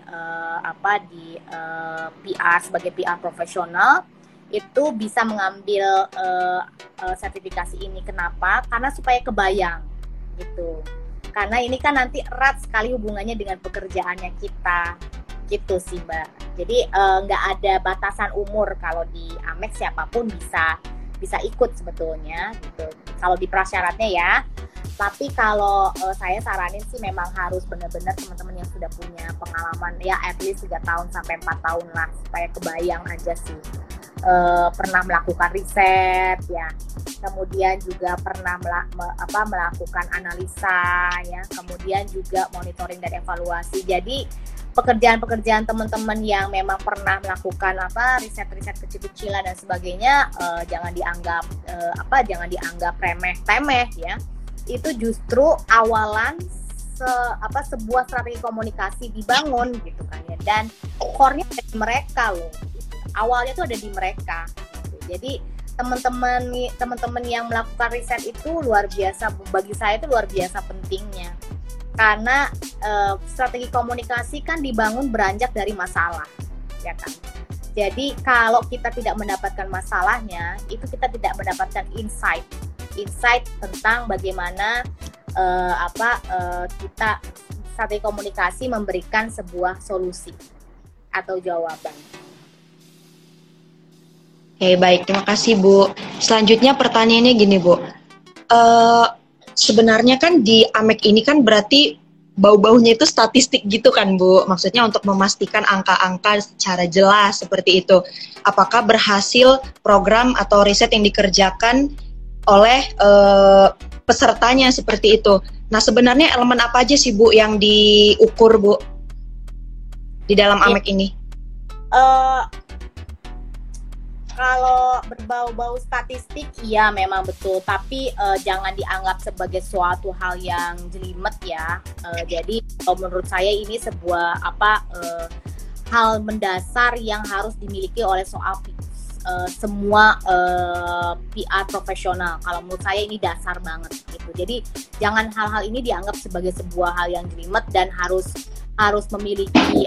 PR sebagai PR profesional itu bisa mengambil sertifikasi ini. Kenapa? Karena supaya kebayang gitu. Karena ini kan nanti erat sekali hubungannya dengan pekerjaannya kita. Gitu sih Mbak. Jadi nggak ada batasan umur kalau di AMEC, siapapun bisa ikut sebetulnya gitu. Kalau di prasyaratnya ya. Tapi kalau saya saranin sih memang harus benar-benar teman-teman yang sudah punya pengalaman ya at least 3 tahun sampai 4 tahun lah supaya kebayang aja sih. Pernah melakukan riset ya. Kemudian juga pernah melakukan analisa ya. Kemudian juga monitoring dan evaluasi. Jadi pekerjaan-pekerjaan teman-teman yang memang pernah melakukan riset-riset kecil-kecilan dan sebagainya jangan dianggap remeh-temeh ya. Itu justru awalan sebuah strategi komunikasi dibangun gitu kan ya. Dan core-nya ada di mereka loh. Awalnya tuh ada di mereka. Gitu. Jadi teman-teman yang melakukan riset itu luar biasa, bagi saya itu luar biasa pentingnya. Karena strategi komunikasi kan dibangun beranjak dari masalah, ya kan. Jadi kalau kita tidak mendapatkan masalahnya, itu kita tidak mendapatkan insight tentang bagaimana kita strategi komunikasi memberikan sebuah solusi atau jawaban. Oke, baik, terima kasih Bu. Selanjutnya pertanyaannya gini Bu, sebenarnya kan di AMEC ini kan berarti bau-baunya itu statistik gitu kan Bu, maksudnya untuk memastikan angka-angka secara jelas seperti itu. Apakah berhasil program atau riset yang dikerjakan oleh pesertanya seperti itu. Nah sebenarnya elemen apa aja sih Bu yang diukur Bu di dalam AMEC ini? Kalau berbau-bau statistik, iya memang betul. Tapi jangan dianggap sebagai suatu hal yang jelimet ya. Jadi menurut saya ini sebuah hal mendasar yang harus dimiliki oleh semua PR profesional. Kalau menurut saya ini dasar banget gitu. Jadi jangan hal-hal ini dianggap sebagai sebuah hal yang jelimet dan harus memiliki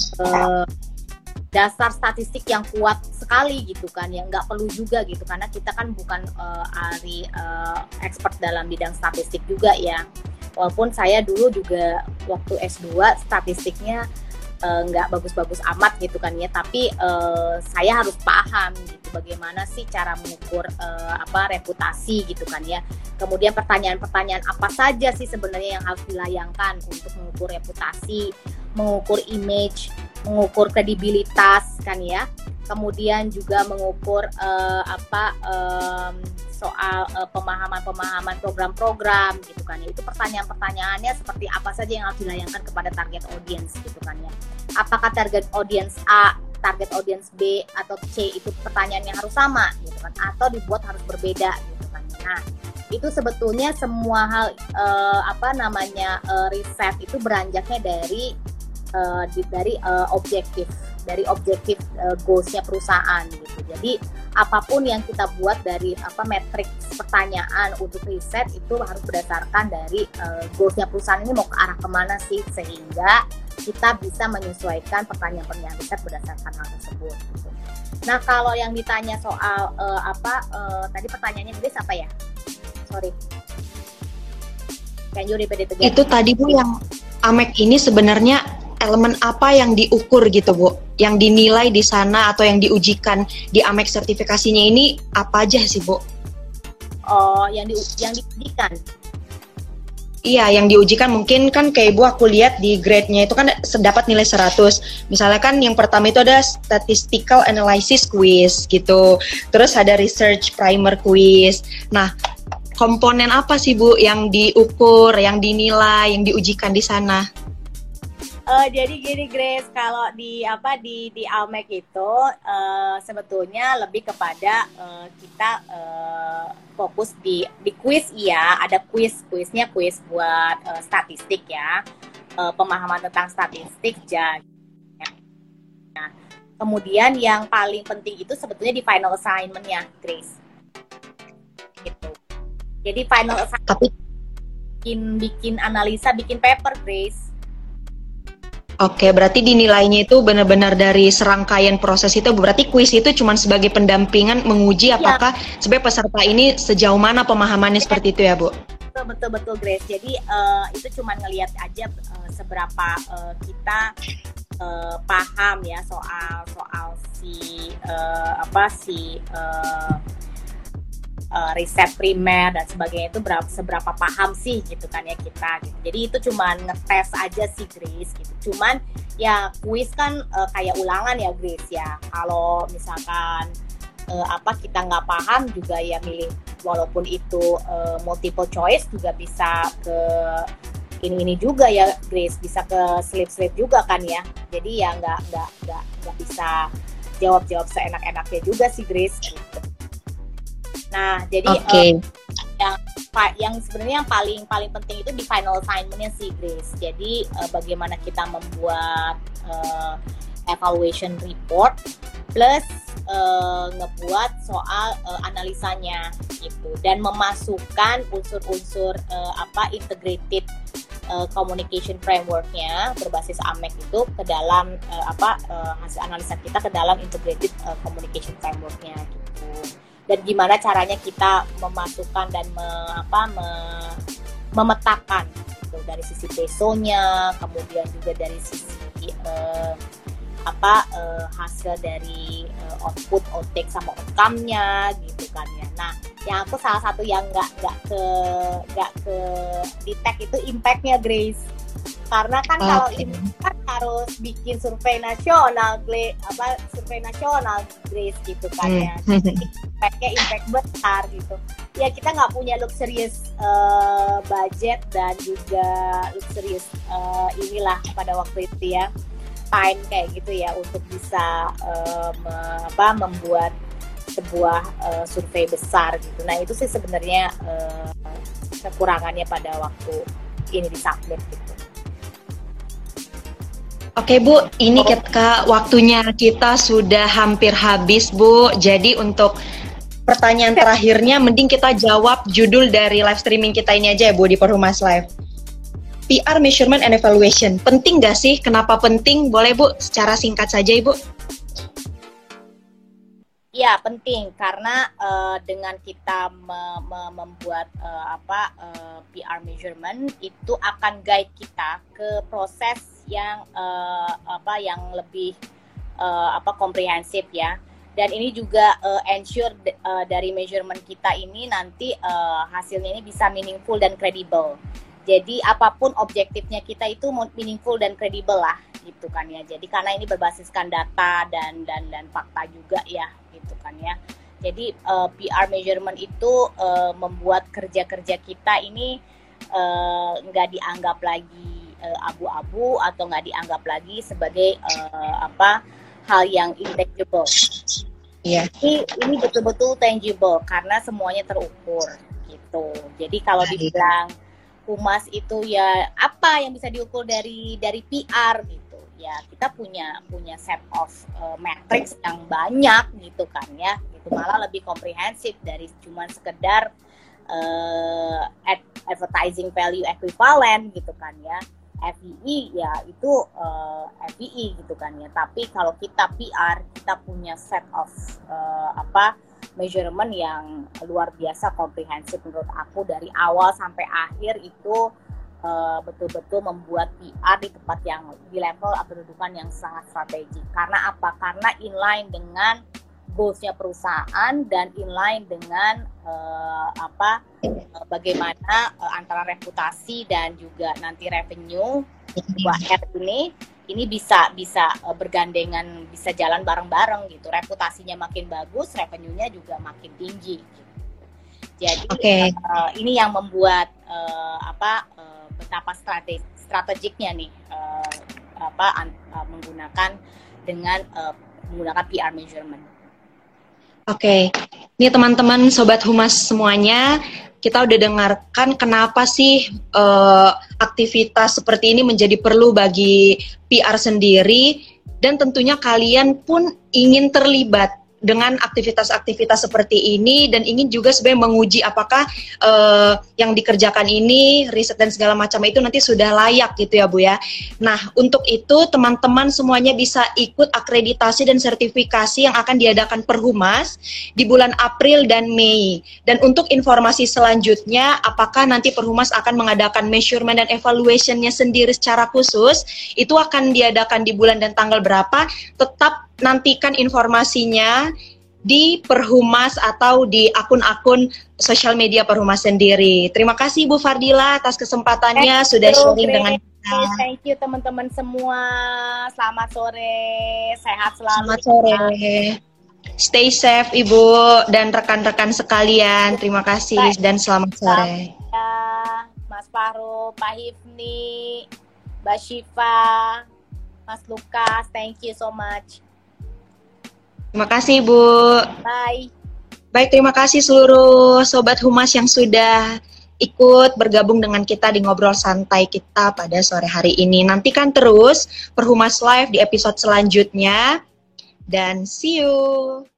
dasar statistik yang kuat sekali gitu kan, yang nggak perlu juga gitu, karena kita kan bukan expert dalam bidang statistik juga ya. Walaupun saya dulu juga waktu S2 statistiknya nggak bagus-bagus amat gitu kan ya, tapi saya harus paham gitu bagaimana sih cara mengukur reputasi gitu kan ya. Kemudian pertanyaan-pertanyaan apa saja sih sebenarnya yang harus dilayangkan untuk mengukur reputasi, mengukur image, mengukur kredibilitas kan ya. Kemudian juga mengukur soal pemahaman program-program gitu kan ya. Itu pertanyaan-pertanyaannya seperti apa saja yang harus dilayangkan kepada target audience gitu kan ya. Apakah target audience A, target audience B atau C itu pertanyaan yang harus sama gitu kan, atau dibuat harus berbeda gitu kan. Nah, itu sebetulnya semua hal riset itu beranjaknya dari objektif goals-nya perusahaan gitu. Jadi apapun yang kita buat dari metrik pertanyaan untuk riset itu harus berdasarkan dari goals-nya perusahaan ini mau ke arah kemana sih, sehingga kita bisa menyesuaikan pertanyaan-pertanyaan riset berdasarkan hal tersebut gitu. Nah, kalau yang ditanya soal tadi pertanyaannya Grace apa ya? Sorry. Can you repeat it again? Itu tadi Bu, yang AMEC ini sebenarnya elemen apa yang diukur gitu Bu, yang dinilai di sana atau yang diujikan di AMEC sertifikasinya ini apa aja sih Bu? Oh, yang diujikan? Iya, yang diujikan mungkin kan kayak Ibu aku lihat di grade-nya itu kan dapat nilai 100. Misalnya kan yang pertama itu ada statistical analysis quiz gitu. Terus ada research primer quiz. Nah, komponen apa sih Bu yang diukur, yang dinilai, yang diujikan di sana? Jadi gini Grace, kalau di AMEC itu sebetulnya lebih kepada kita fokus di quiz, iya, ada quiznya buat statistik ya, pemahaman tentang statistik ya. Nah, kemudian yang paling penting itu sebetulnya di final assignment-nya Grace. Gitu. Jadi final assignment bikin analisa, bikin paper Grace. Oke, berarti dinilainya itu benar-benar dari serangkaian proses itu. Berarti kuis itu cuma sebagai pendampingan menguji apakah sebenarnya peserta ini sejauh mana pemahamannya seperti itu ya Bu? Betul Grace. Jadi itu cuma ngelihat aja seberapa kita paham ya soal riset primer dan sebagainya itu seberapa paham sih gitu kan ya kita gitu. Jadi itu cuman ngetes aja sih Grace gitu. Cuman ya kuis kan kayak ulangan ya Grace ya. Kalau misalkan kita nggak paham juga ya milih, walaupun itu multiple choice juga bisa ke ini juga ya Grace, bisa ke slip juga kan ya. Jadi ya nggak bisa jawab seenak-enaknya juga sih Grace gitu. Nah, jadi yang sebenarnya yang paling penting itu di final assignment-nya sih Grace. Jadi bagaimana kita membuat evaluation report plus ngebuat soal analisanya gitu, dan memasukkan unsur-unsur integrated communication framework-nya berbasis AMEC itu ke dalam hasil analisa kita ke dalam integrated communication framework-nya gitu. Dan gimana caranya kita memasukkan dan memetakan gitu, dari sisi pesonya, kemudian juga dari sisi hasil dari output, outtake sama outcome-nya gitu kan ya. Nah, yang aku salah satu yang nggak ke detect itu impact-nya Grace. Karena kan kalau ini kan harus bikin survei nasional Grace gitu kan ya. Impactnya impact besar gitu. Ya kita nggak punya luxurious budget dan juga luxurious inilah pada waktu itu ya, time kayak gitu ya untuk bisa membuat sebuah survei besar gitu. Nah itu sih sebenarnya kekurangannya pada waktu ini disubmit gitu. Oke Bu, ini waktunya kita sudah hampir habis Bu. Jadi untuk pertanyaan terakhirnya mending kita jawab judul dari live streaming kita ini aja ya Bu, di Perhumas Live. PR Measurement and Evaluation, penting nggak sih? Kenapa penting? Boleh Bu, secara singkat saja Ibu. Ya penting, karena dengan kita membuat PR measurement itu akan guide kita ke proses yang yang lebih komprehensif ya. Dan ini juga ensure dari measurement kita ini nanti hasilnya ini bisa meaningful dan kredibel. Jadi apapun objektifnya kita itu meaningful dan kredibel lah gitu kan ya. Jadi karena ini berbasiskan data dan fakta juga ya gitu kan ya. Jadi PR measurement itu membuat kerja-kerja kita ini nggak dianggap lagi abu-abu atau nggak dianggap lagi sebagai hal yang intangible. Iya. Ini betul-betul tangible karena semuanya terukur gitu. Jadi kalau dibilang humas itu ya apa yang bisa diukur dari PR gitu. Ya kita punya set of metrics yang banyak gitu kan ya. Itu malah lebih komprehensif dari cuman sekedar advertising value equivalent gitu kan ya. FEE ya itu FEE gitu kan ya. Tapi kalau kita PR kita punya set of measurement yang luar biasa komprehensif menurut aku dari awal sampai akhir itu betul-betul membuat PR di tempat yang di level kedudukan yang sangat strategik. Karena apa? Karena inline dengan goals-nya perusahaan dan inline dengan bagaimana antara reputasi dan juga nanti revenue dua R ini bisa bergandengan, bisa jalan bareng-bareng gitu. Reputasinya makin bagus, revenue-nya juga makin tinggi gitu. Jadi ini yang membuat betapa strategiknya nih menggunakan PR measurement. Oke, ini teman-teman Sobat Humas semuanya, kita udah dengarkan kenapa sih aktivitas seperti ini menjadi perlu bagi PR sendiri, dan tentunya kalian pun ingin terlibat dengan aktivitas-aktivitas seperti ini dan ingin juga sebenarnya menguji apakah yang dikerjakan ini, riset dan segala macam itu nanti sudah layak gitu ya Bu ya. Nah untuk itu teman-teman semuanya bisa ikut akreditasi dan sertifikasi yang akan diadakan Perhumas di bulan April dan Mei. Dan untuk informasi selanjutnya apakah nanti Perhumas akan mengadakan measurement dan evaluation-nya sendiri secara khusus, itu akan diadakan di bulan dan tanggal berapa, tetap nantikan informasinya di Perhumas atau di akun-akun sosial media Perhumas sendiri. Terima kasih Bu Fardila atas kesempatannya sudah sharing dengan kita. Thank you teman-teman semua. Selamat sore, sehat selalu. Selamat sore. Stay safe Ibu dan rekan-rekan sekalian. Terima kasih dan selamat sore. Mas Fahru, Pak Hifni, Mbak Syifa, Mas Lukas, thank you so much. Terima kasih Bu. Bye. Baik, terima kasih seluruh Sobat Humas yang sudah ikut bergabung dengan kita di ngobrol santai kita pada sore hari ini. Nantikan terus Perhumas Live di episode selanjutnya dan see you.